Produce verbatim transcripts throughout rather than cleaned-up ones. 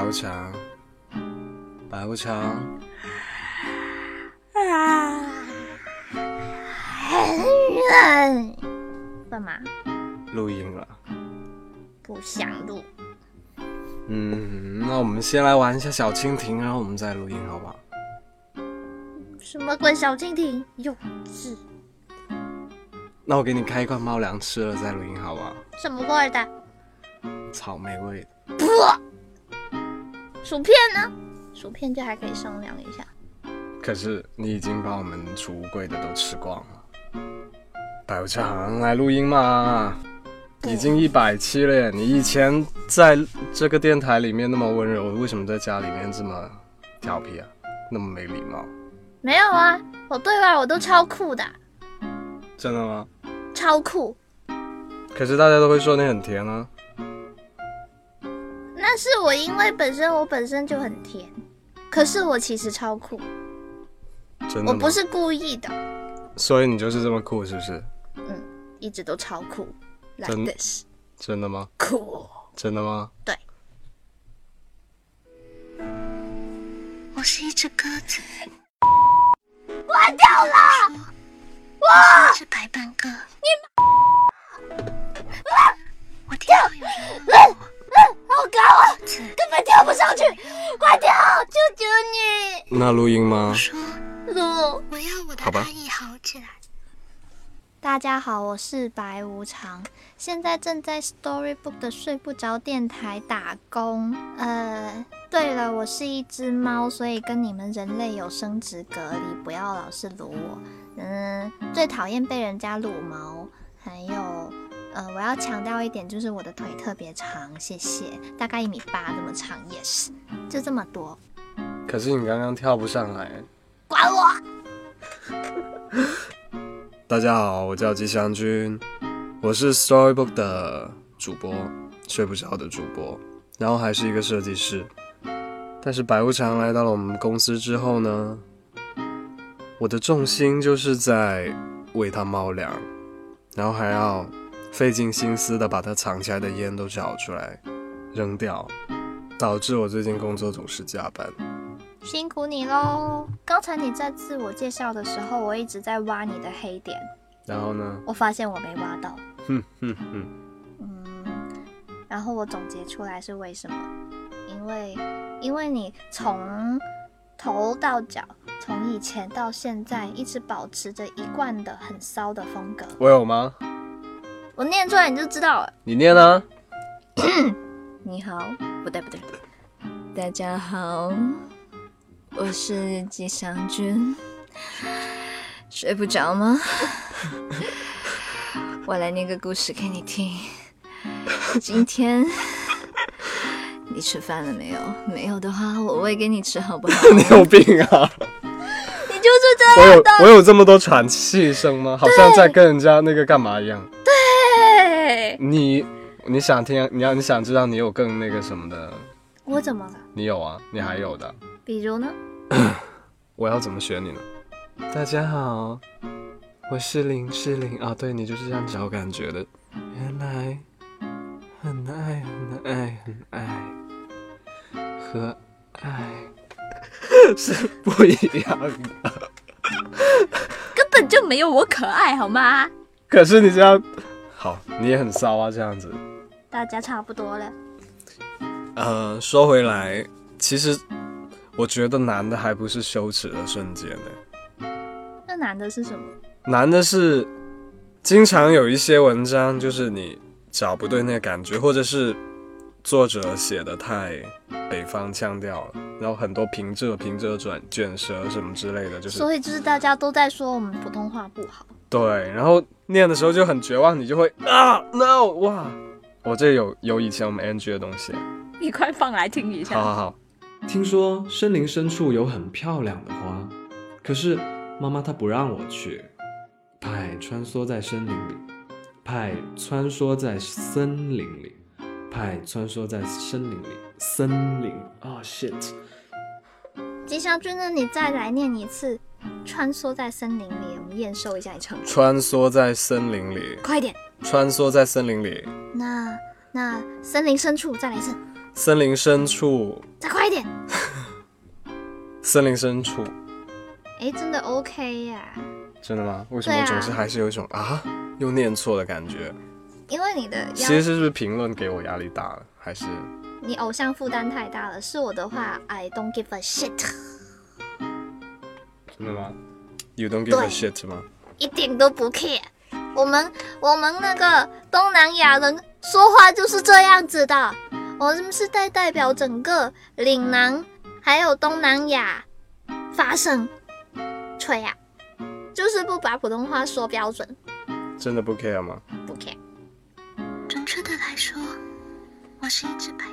无常，白无常。 啊，很冷。干嘛？ 录音了。 不想录。 嗯，那我们先来玩一下小蜻蜓，然后我们再录音，好不好？ 什么鬼小蜻蜓？幼稚。 那我给你开一罐猫粮吃了再录音，好不好？ 什么味的？ 草莓味的。 不。薯片呢？薯片就还可以商量一下。 可是你已经把我们储物柜的都吃光了。白无常，来录音嘛！已经一百期了耶！你以前在这个电台里面那么温柔，为什么在家里面这么调皮啊？那么没礼貌？ 没有啊，我对外我都超酷的。 真的吗？ 超酷。 可是大家都会说你很甜啊。 那是我因为本身我本身就很甜，可是我其实超酷。 真的吗？ 我不是故意的。 所以你就是这么酷，是不是？ 嗯，一直都超酷。 真 like this 真的吗？ 酷。 真的吗？ 对。 我是一只鸽子。 关掉了！哇！ 是白板鸽。 你我听到有人问我。 好高啊！根本跳不上去！快跳！求求你！ 那录音吗？ 我说录。 我要我的阿姨好起来。 大家好，我是白无常，现在正在 Storybook 的睡不着电台打工。呃，对了，我是一只猫，所以跟你们人类有生殖隔离，不要老是撸我。嗯，最讨厌被人家撸毛，还有。呃，我要强调一点，就是我的腿特别长，谢谢，大概一米八那么长，也是，就这么多。 可是你刚刚跳不上来。 管我！ 大家好，我叫吉祥君，我是 Storybook 的主播，睡不着的主播，然后还是一个设计师。但是白无常来到了我们公司之后呢，我的重心就是在喂他猫粮，然后还要费尽心思的把它藏起来的烟都找出来扔掉，导致我最近工作总是加班。 辛苦你咯。刚才你在自我介绍的时候，我一直在挖你的黑点， 然后呢？ 我发现我没挖到。 哼哼哼。 嗯，然后我总结出来是为什么？因为因为你从头到脚，从以前到现在，一直保持着一贯的很骚的风格。 我有吗？ 我念出来你就知道了。 你念啊。 你好，不对不对，大家好，我是吉祥君。睡不着吗？我来念个故事给你听。今天你吃饭了没有？没有的话，我喂给你吃好不好？ 你有病啊！ 你就是这样的。 我有我有这么多喘气声吗？好像在跟人家那个干嘛一样。 对。 你你想听？你要你想知道你有更那个什么的？ 我怎么了？ 你有啊，你还有的。 比如呢？ 我要怎么选你呢？大家好，我是林志玲啊，对，你就是这样找感觉的。原来很爱很爱很爱和爱是不一样的， 根本就没有我可爱好吗？ 可是你这样好，你也很骚啊，这样子。 大家差不多了。 呃，说回来，其实我觉得难的还不是羞耻的瞬间呢。 那难的是什么？ 难的是经常有一些文章就是你找不对那个感觉，或者是作者写的太北方腔调了，然后很多平仄平仄转卷舌什么之类的，就是所以就是大家都在说我们普通话不好。 对，然后念的时候就很绝望，你就会啊 no 哇，我这有有以前我们 N G 的东西， 你快放来听一下。 好好好。 听说森林深处有很漂亮的花，可是妈妈她不让我去。派穿梭在森林里，派穿梭在森林里，派穿梭在森林里，森林啊、oh, shit。 吉祥君呢？你再来念一次。穿梭在森林里，我们验收一下你唱歌。 穿梭在森林里， 快点。 穿梭在森林里。 那那森林深处再来一次。 森林深处， 再快一点。 森林深处， 哎，真的 OK 呀、啊？ 真的吗？为什么总是还是有一种 啊, 啊又念错的感觉？ 因为你的其实是不是评论给我压力大了，还是你偶像负担太大了？是我的话 ，I don't give a shit。 真的吗 ？You don't give a shit 吗？ 一点都不 care。我们我们那个东南亚人说话就是这样子的，我们是代代表整个岭南还有东南亚发声，吹啊，就是不把普通话说标准。 真的不 care 吗？ 不 care。 准确的来说，我是一只白。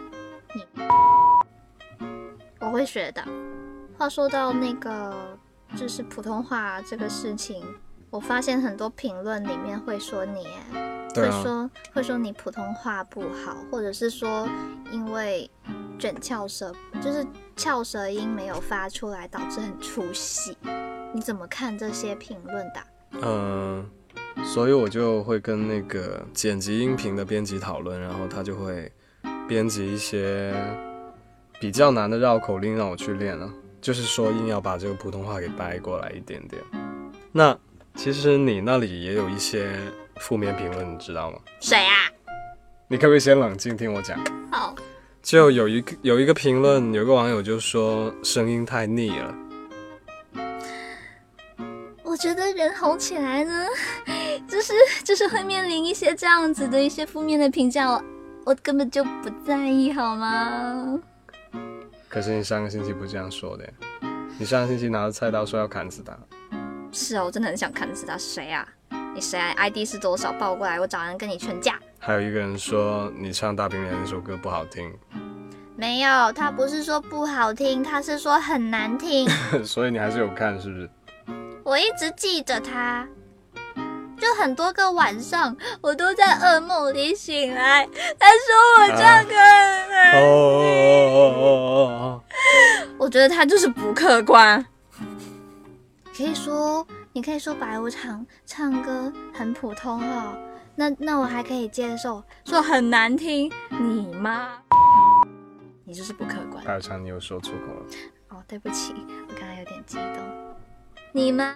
我会学的。话说到那个，就是普通话这个事情，我发现很多评论里面会说你， 对啊、 会说会说你普通话不好，或者是说因为卷翘舌，就是翘舌音没有发出来，导致很出戏。你怎么看这些评论的？ 嗯、呃，所以我就会跟那个剪辑音频的编辑讨论，然后他就会编辑一些比较难的绕口令让我去练了，就是说硬要把这个普通话给掰过来一点点。那其实你那里也有一些负面评论，你知道吗？ 谁啊？ 你可不可以先冷静听我讲？ 好， 就有一个有一个评论，有个网友就说声音太腻了。 我觉得人红起来呢，就是就是会面临一些这样子的一些负面的评价，我我根本就不在意，好吗？ 可是你上个星期不这样说的，你上个星期拿着菜刀说要砍死他。 是啊，我真的很想砍死他。谁啊？你谁啊 ？I D 是多少？报过来，我找人跟你劝架。 还有一个人说你唱大冰莲那首歌不好听。 没有，他不是说不好听，他是说很难听。 所以你还是有看是不是？ 我一直记着他，就很多个晚上，我都在噩梦里醒来，他说我唱歌很难听。 哦哦哦哦哦！ 我觉得他就是不客观。可以说，你可以说白无常唱歌很普通哦，那那我还可以接受。说很难听，你妈，你就是不客观。 白无常，你又说出口了。 哦，对不起，我刚刚有点激动。你吗？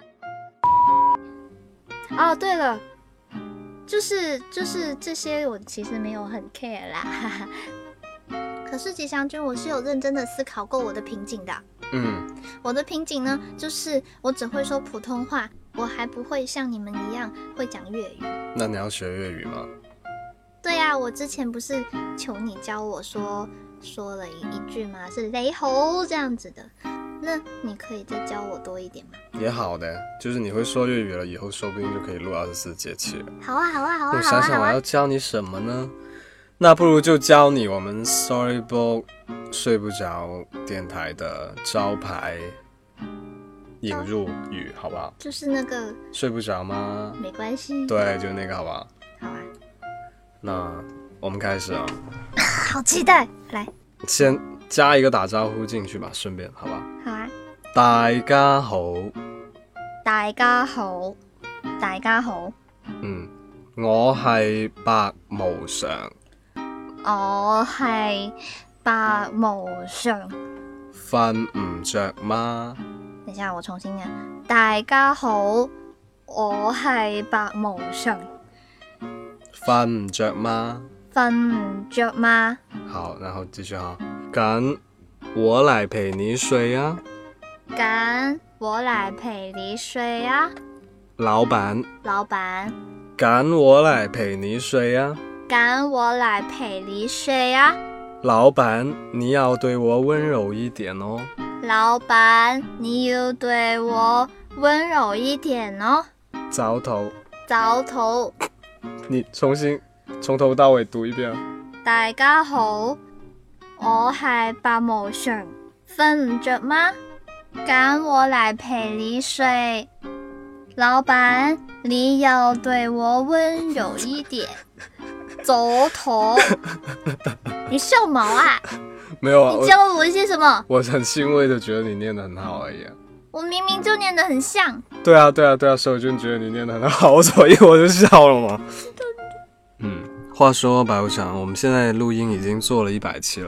哦，对了，就是就是这些，我其实没有很 care 啦，哈哈。可是吉祥君，我是有认真的思考过我的瓶颈的。 嗯， 我的瓶颈呢，就是我只会说普通话，我还不会像你们一样会讲粤语。 那你要学粤语吗？ 对呀、啊，我之前不是求你教我说说了一一句吗？是雷猴这样子的。那你可以再教我多一点吗？ 也好的，就是你会说粤语了，以后说不定就可以录二十四节气了。 好啊，好啊，好啊， 我想想我要教你什么呢？那不如就教你我们 Storybook 睡不着电台的招牌引入语，好不好？ 就是那个睡不着吗？ 没关系。 对，就那个，好不好？ 好啊。 那我们开始啊！ 好期待，来， 先加一个打招呼进去吧，顺便，好吧？ 好啊。 大家好， 大家好，大家好。 嗯，我係白無常。 我係白無常。 瞓唔着嗎？ 等一下，我重新念。大家好，我係白無常。 瞓唔着嗎？ 瞓唔着嗎？ 好，然後繼續哈。咁我來陪你睡啊。 咁我來陪你睡啊。 老闆。 老闆。 咁我來陪你睡啊。 咁我來陪你睡啊。 老闆，你要對我溫柔一點哦。 老闆，你要對我溫柔一點哦。 糟頭。 糟頭。 你重新從頭到尾讀一遍。 大家好，我係白無常，瞓唔着嗎？咁我嚟陪你睡。老闆，你要對我溫柔一點。糟頭。你笑毛啊？ 沒有啊， 你教我一些什麼？ 我很欣慰的覺得你念得很好而已啊。 我明明就念得很像。 對啊對啊對啊，所以我就覺得你念得很好，所以我就笑了嘛。嗯，話說白無常，我們現在錄音已經做了一百期了。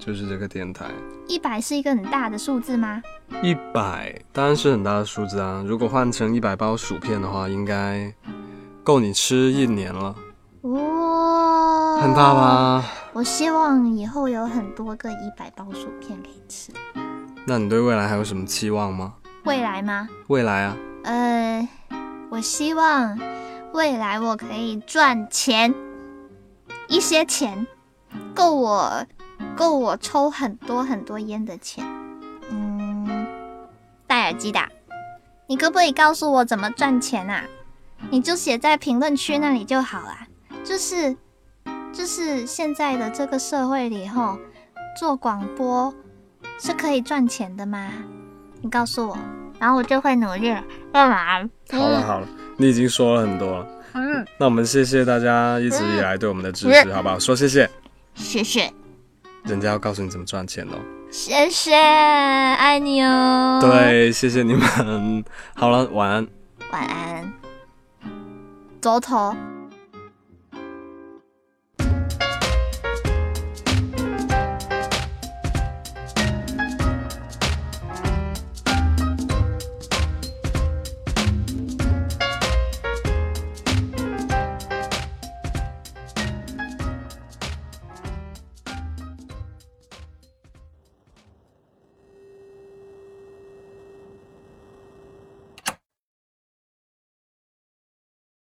就是这个电台。 一百是一个很大的数字吗？ 一百当然是很大的数字啊，如果换成一百包薯片的话，应该够你吃一年了。 哇， 很大吧？ 我希望以后有很多个一百包薯片可以吃。 那你对未来还有什么期望吗？ 未来吗？ 未来啊， 呃，我希望未来我可以赚钱，一些钱，够我够我抽很多很多烟的钱。嗯，戴耳机的，你可不可以告诉我怎么赚钱啊？你就写在评论区那里就好啦。就是就是现在的这个社会里吼，做广播是可以赚钱的吗？你告诉我，然后我就会努力了。干嘛？ 好了好了，你已经说了很多了。 嗯， 那我们谢谢大家一直以来对我们的支持，好不好？说谢谢。 谢谢， 人家要告诉你怎么赚钱哦。 谢谢，爱你哦。 对，谢谢你们。好了，晚安。 晚安，走头。